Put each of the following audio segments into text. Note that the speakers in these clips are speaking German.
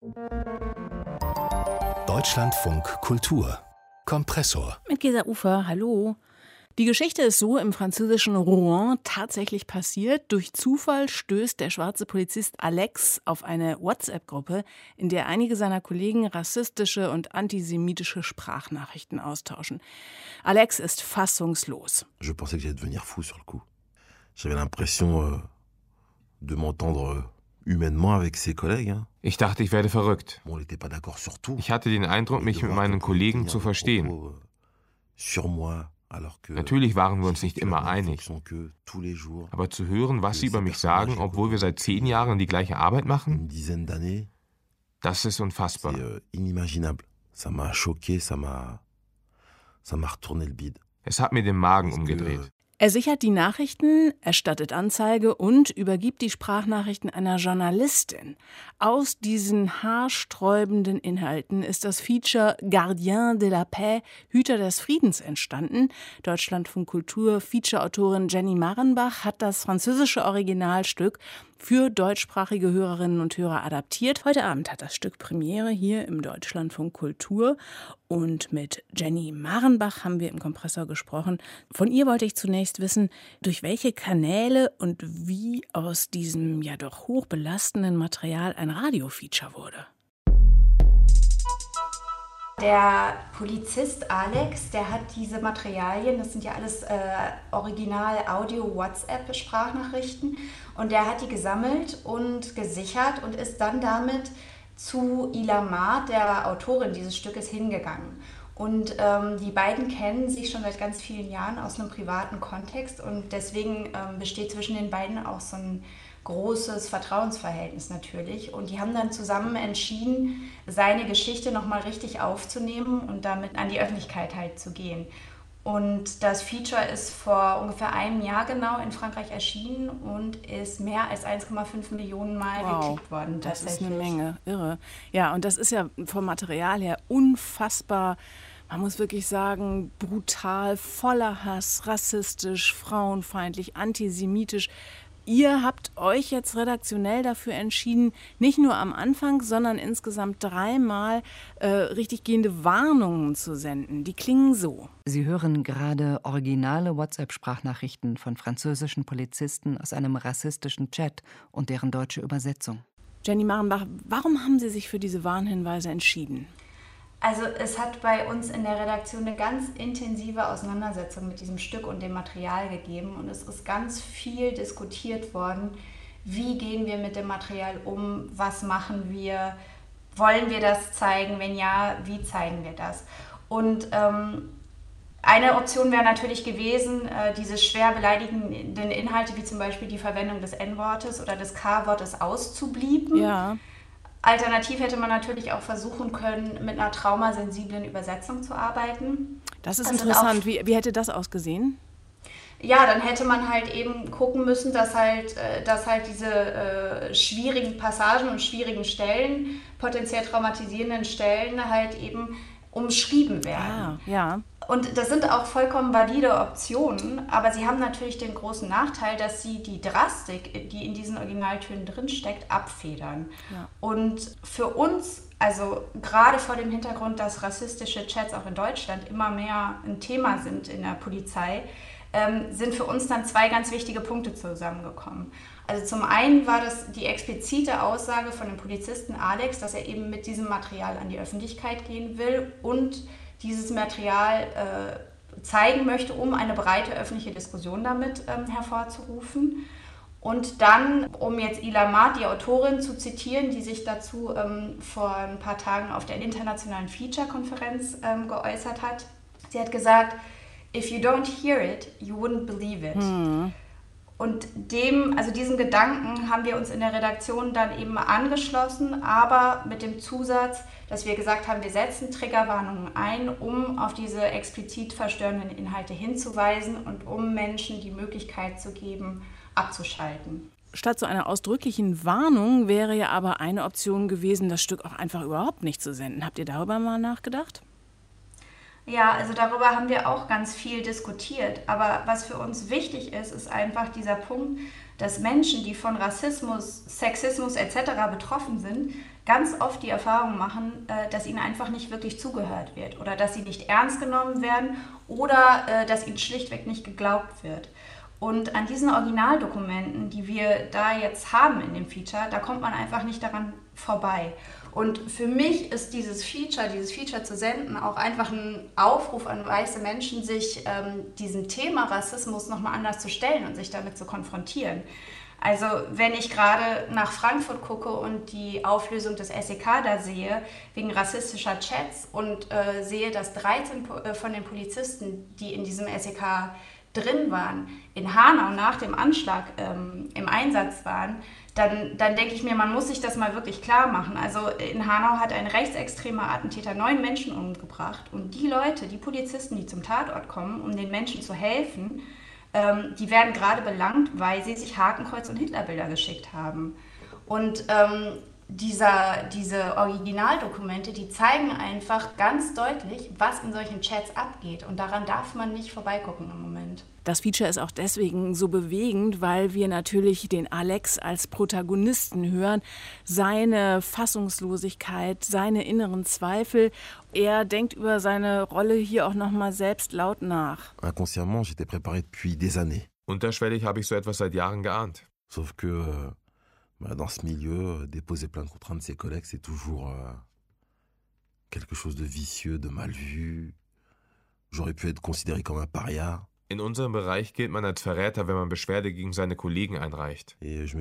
Deutschlandfunk Kultur Kompressor. Mit Gesa Ufer, hallo. Die Geschichte ist so im französischen Rouen tatsächlich passiert. Durch Zufall stößt der schwarze Polizist Alex auf eine WhatsApp-Gruppe, in der einige seiner Kollegen rassistische und antisemitische Sprachnachrichten austauschen. Alex ist fassungslos. Je pensais que j'allais devenir fou sur le coup. J'avais l'impression de m'entendre humainement avec ses collègues. Ich dachte, ich werde verrückt. Bon, on n'était pas d'accord sur tout. Ich hatte den Eindruck, mich mit meinen Kollegen zu verstehen. Sur moi. Natürlich waren wir uns nicht immer einig. Aber zu hören, was sie über mich sagen, obwohl wir seit 10 Jahren die gleiche Arbeit machen, das ist unfassbar. Inimaginable. Ça m'a choqué, ça m'a retourné le bide. Es hat mir den Magen umgedreht. Er sichert die Nachrichten, erstattet Anzeige und übergibt die Sprachnachrichten einer Journalistin. Aus diesen haarsträubenden Inhalten ist das Feature Gardien de la Paix, Hüter des Friedens, entstanden. Deutschlandfunk Kultur Feature-Autorin Jenny Marenbach hat das französische Originalstück für deutschsprachige Hörerinnen und Hörer adaptiert. Heute Abend hat das Stück Premiere hier im Deutschlandfunk Kultur. Und mit Jenny Marenbach haben wir im Kompressor gesprochen. Von ihr wollte ich zunächst wissen, durch welche Kanäle und wie aus diesem ja doch hochbelastenden Material ein Radiofeature wurde. Der Polizist Alex, der hat diese Materialien, das sind ja alles Original-Audio-WhatsApp-Sprachnachrichten, und der hat die gesammelt und gesichert und ist dann damit zu Ilamar, der Autorin dieses Stückes, hingegangen. Und die beiden kennen sich schon seit ganz vielen Jahren aus einem privaten Kontext, und deswegen besteht zwischen den beiden auch so ein großes Vertrauensverhältnis natürlich. Und die haben dann zusammen entschieden, seine Geschichte nochmal richtig aufzunehmen und damit an die Öffentlichkeit halt zu gehen. Und das Feature ist vor ungefähr einem Jahr genau in Frankreich erschienen und ist mehr als 1,5 Millionen Mal geklickt worden. Das ist eine Menge, irre. Ja, und das ist ja vom Material her unfassbar, man muss wirklich sagen, brutal, voller Hass, rassistisch, frauenfeindlich, antisemitisch. Ihr habt euch jetzt redaktionell dafür entschieden, nicht nur am Anfang, sondern insgesamt 3-mal richtig gehende Warnungen zu senden. Die klingen so. Sie hören gerade originale WhatsApp-Sprachnachrichten von französischen Polizisten aus einem rassistischen Chat und deren deutsche Übersetzung. Jenny Marenbach, warum haben Sie sich für diese Warnhinweise entschieden? Also es hat bei uns in der Redaktion eine ganz intensive Auseinandersetzung mit diesem Stück und dem Material gegeben, und es ist ganz viel diskutiert worden, wie gehen wir mit dem Material um, was machen wir, wollen wir das zeigen, wenn ja, wie zeigen wir das? Und eine Option wäre natürlich gewesen, diese schwer beleidigenden Inhalte, wie zum Beispiel die Verwendung des N-Wortes oder des K-Wortes auszublieben. Ja. Alternativ hätte man natürlich auch versuchen können, mit einer traumasensiblen Übersetzung zu arbeiten. Das ist interessant. Wie hätte das ausgesehen? Ja, dann hätte man halt eben gucken müssen, dass halt diese schwierigen Passagen und schwierigen Stellen, potenziell traumatisierenden Stellen halt eben umschrieben werden. Ja. Und das sind auch vollkommen valide Optionen, aber sie haben natürlich den großen Nachteil, dass sie die Drastik, die in diesen Originaltönen drinsteckt, abfedern. Ja. Und für uns, also gerade vor dem Hintergrund, dass rassistische Chats auch in Deutschland immer mehr ein Thema sind in der Polizei, sind für uns dann 2 ganz wichtige Punkte zusammengekommen. Also zum einen war das die explizite Aussage von dem Polizisten Alex, dass er eben mit diesem Material an die Öffentlichkeit gehen will und dieses Material zeigen möchte, um eine breite öffentliche Diskussion damit hervorzurufen. Und dann, um jetzt Ilamar, die Autorin, zu zitieren, die sich dazu vor ein paar Tagen auf der internationalen Feature-Konferenz geäußert hat. Sie hat gesagt, "If you don't hear it, you wouldn't believe it." Und diesem Gedanken haben wir uns in der Redaktion dann eben angeschlossen, aber mit dem Zusatz, dass wir gesagt haben, wir setzen Triggerwarnungen ein, um auf diese explizit verstörenden Inhalte hinzuweisen und um Menschen die Möglichkeit zu geben, abzuschalten. Statt so einer ausdrücklichen Warnung wäre ja aber eine Option gewesen, das Stück auch einfach überhaupt nicht zu senden. Habt ihr darüber mal nachgedacht? Ja, also darüber haben wir auch ganz viel diskutiert. Aber was für uns wichtig ist, ist einfach dieser Punkt, dass Menschen, die von Rassismus, Sexismus etc. betroffen sind, ganz oft die Erfahrung machen, dass ihnen einfach nicht wirklich zugehört wird oder dass sie nicht ernst genommen werden oder dass ihnen schlichtweg nicht geglaubt wird. Und an diesen Originaldokumenten, die wir da jetzt haben in dem Feature, da kommt man einfach nicht daran vorbei. Und für mich ist dieses Feature zu senden, auch einfach ein Aufruf an weiße Menschen, sich diesem Thema Rassismus nochmal anders zu stellen und sich damit zu konfrontieren. Also wenn ich gerade nach Frankfurt gucke und die Auflösung des SEK da sehe, wegen rassistischer Chats und sehe, dass 13 von den Polizisten, die in diesem SEK drin waren, in Hanau nach dem Anschlag im Einsatz waren, dann denke ich mir, man muss sich das mal wirklich klar machen. Also in Hanau hat ein rechtsextremer Attentäter 9 Menschen umgebracht und die Leute, die Polizisten, die zum Tatort kommen, um den Menschen zu helfen, die werden gerade belangt, weil sie sich Hakenkreuz- und Hitlerbilder geschickt haben. Und diese Originaldokumente, die zeigen einfach ganz deutlich, was in solchen Chats abgeht. Und daran darf man nicht vorbeigucken im Moment. Das Feature ist auch deswegen so bewegend, weil wir natürlich den Alex als Protagonisten hören, seine Fassungslosigkeit, seine inneren Zweifel. Er denkt über seine Rolle hier auch nochmal selbst laut nach. Inconsciemment, j'étais préparé depuis des années. Unterschwellig habe ich so etwas seit Jahren geahnt. Sauf que dans ce milieu, déposer plainte contre un de ses collègues, c'est toujours quelque chose de vicieux, de mal vu. J'aurais pu être considéré comme un paria. In unserem Bereich gilt man als Verräter, wenn man Beschwerde gegen seine Kollegen einreicht.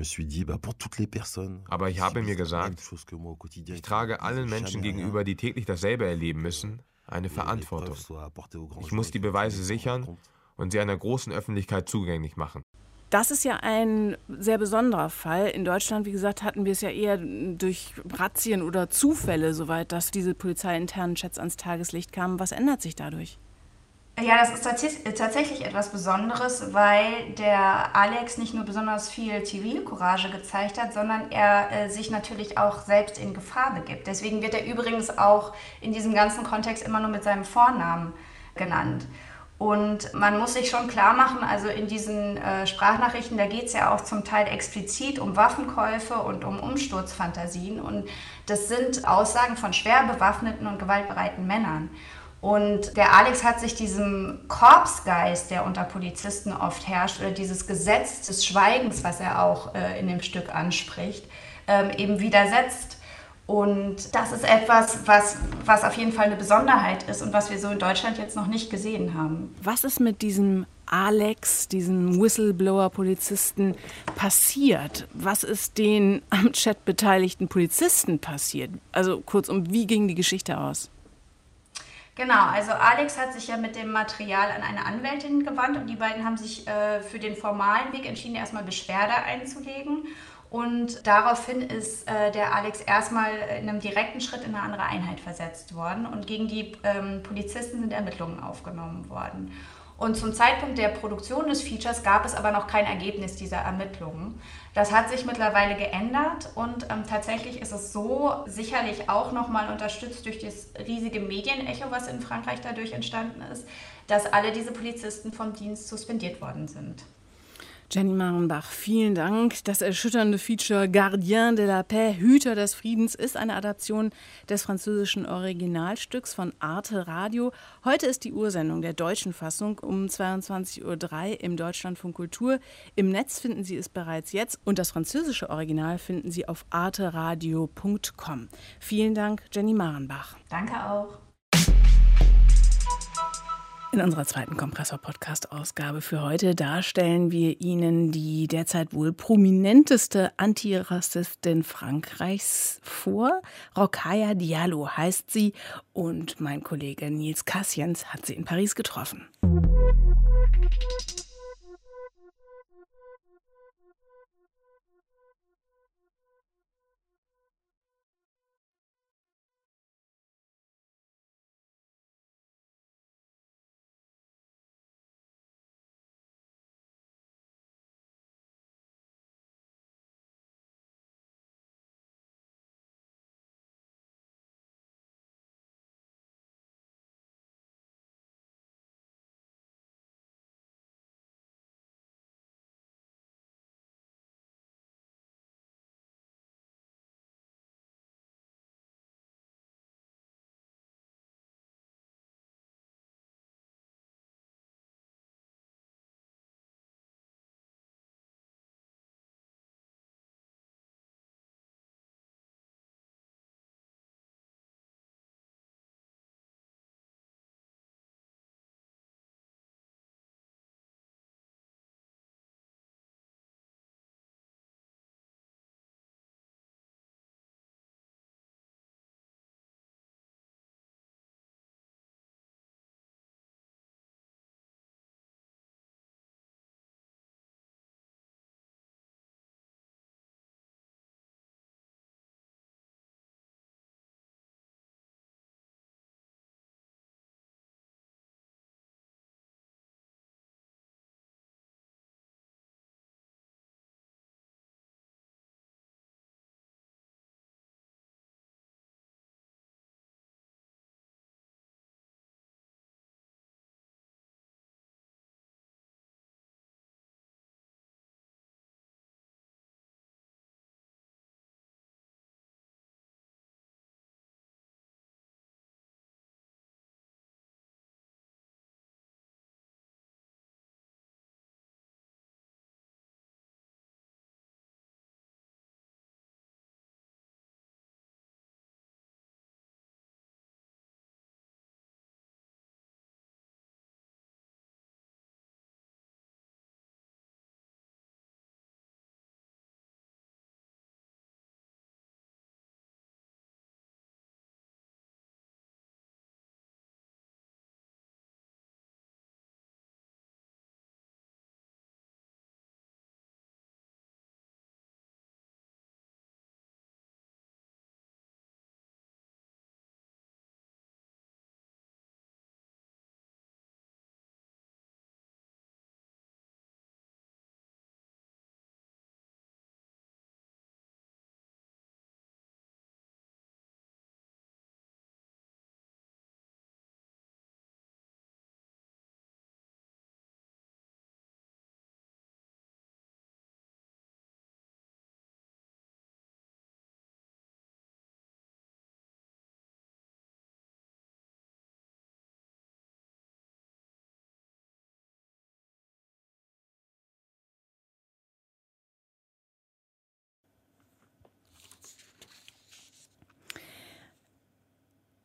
Aber ich habe mir gesagt, ich trage allen Menschen gegenüber, die täglich dasselbe erleben müssen, eine Verantwortung. Ich muss die Beweise sichern und sie einer großen Öffentlichkeit zugänglich machen. Das ist ja ein sehr besonderer Fall. In Deutschland, wie gesagt, hatten wir es ja eher durch Razzien oder Zufälle, soweit dass diese polizeiinternen Chats ans Tageslicht kamen. Was ändert sich dadurch? Ja, das ist tatsächlich etwas Besonderes, weil der Alex nicht nur besonders viel Zivilcourage gezeigt hat, sondern er sich natürlich auch selbst in Gefahr begibt. Deswegen wird er übrigens auch in diesem ganzen Kontext immer nur mit seinem Vornamen genannt. Und man muss sich schon klar machen, also in diesen Sprachnachrichten, da geht es ja auch zum Teil explizit um Waffenkäufe und um Umsturzfantasien. Und das sind Aussagen von schwer bewaffneten und gewaltbereiten Männern. Und der Alex hat sich diesem Korpsgeist, der unter Polizisten oft herrscht, oder dieses Gesetz des Schweigens, was er auch in dem Stück anspricht, eben widersetzt. Und das ist etwas, was auf jeden Fall eine Besonderheit ist und was wir so in Deutschland jetzt noch nicht gesehen haben. Was ist mit diesem Alex, diesem Whistleblower-Polizisten, passiert? Was ist den am Chat beteiligten Polizisten passiert? Also kurzum, wie ging die Geschichte aus? Genau, also Alex hat sich ja mit dem Material an eine Anwältin gewandt und die beiden haben sich für den formalen Weg entschieden, erstmal Beschwerde einzulegen. Und daraufhin ist der Alex erstmal in einem direkten Schritt in eine andere Einheit versetzt worden und gegen die Polizisten sind Ermittlungen aufgenommen worden. Und zum Zeitpunkt der Produktion des Features gab es aber noch kein Ergebnis dieser Ermittlungen. Das hat sich mittlerweile geändert und tatsächlich ist es so, sicherlich auch nochmal unterstützt durch das riesige Medienecho, was in Frankreich dadurch entstanden ist, dass alle diese Polizisten vom Dienst suspendiert worden sind. Jenny Marenbach, vielen Dank. Das erschütternde Feature Gardien de la Paix, Hüter des Friedens, ist eine Adaption des französischen Originalstücks von Arte Radio. Heute ist die Ursendung der deutschen Fassung um 22:03 Uhr im Deutschlandfunk Kultur. Im Netz finden Sie es bereits jetzt und das französische Original finden Sie auf arteradio.com. Vielen Dank, Jenny Marenbach. Danke auch. In unserer zweiten Kompressor-Podcast-Ausgabe für heute, da stellen wir Ihnen die derzeit wohl prominenteste Antirassistin Frankreichs vor. Rokhaya Diallo heißt sie und mein Kollege Nils Kassiens hat sie in Paris getroffen.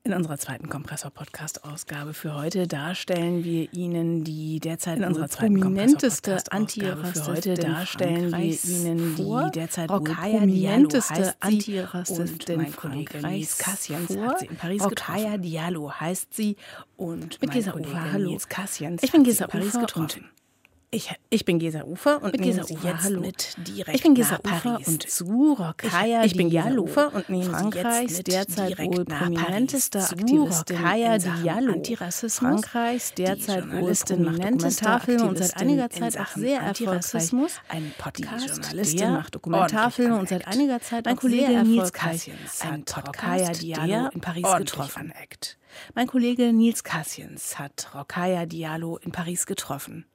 In unserer zweiten Kompressor-Podcast-Ausgabe für heute darstellen wir Ihnen die derzeit prominenteste Antirassistin Frankreichs vor. Rokhaya Diallo heißt sie und mit Gesa Ufer, hallo. Ich bin Gesa Ufer und ich bin Gesa Ufer und nehme Sie jetzt mit direkt nach Paris und zu Rokhaya Diallo, Frankreichs derzeit wohl prominenteste Aktivistin in Sachen Antirassismus, Frankreichs derzeit wohl prominenteste Aktivistin und seit einiger Zeit auch sehr erfolgreich. Ein Podcast, der macht Dokumentarfilme und seit einiger Zeit auch sehr erfolgreich. Ein Rokhaya Diallo in Paris getroffen. Mein Kollege Nils Kassiens hat Rokhaya Diallo in Paris getroffen.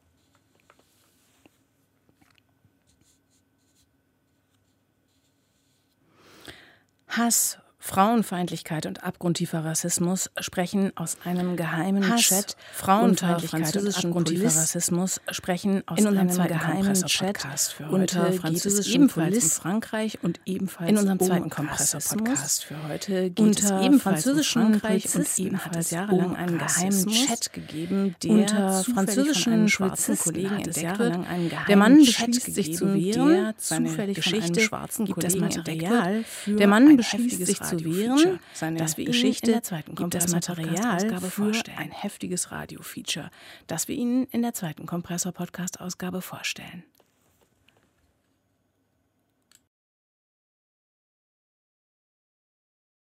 Hass, Frauenfeindlichkeit und abgrundtiefer Rassismus sprechen aus einem geheimen Chat. Frauenfeindlichkeit und abgrundtiefer Rassismus sprechen aus einem geheimen Chat unter französischen Polizisten in Frankreich und ebenfalls in unserem zweiten Kompressor-Podcast für heute geht es ebenfalls um Frankreich und ebenfalls jahrelang einen geheimen Chat gegeben, der unter französischen schwarzen Kollegen entdeckt wird. Der Mann beschließt sich zu wehren, zufällig Geschichte gibt das Material für der Mann beschließt sich zu wehren, dass wir Geschichte in der zweiten gibt das Material für ein heftiges Radio-Feature, das wir Ihnen in der zweiten Kompressor-Podcast-Ausgabe vorstellen.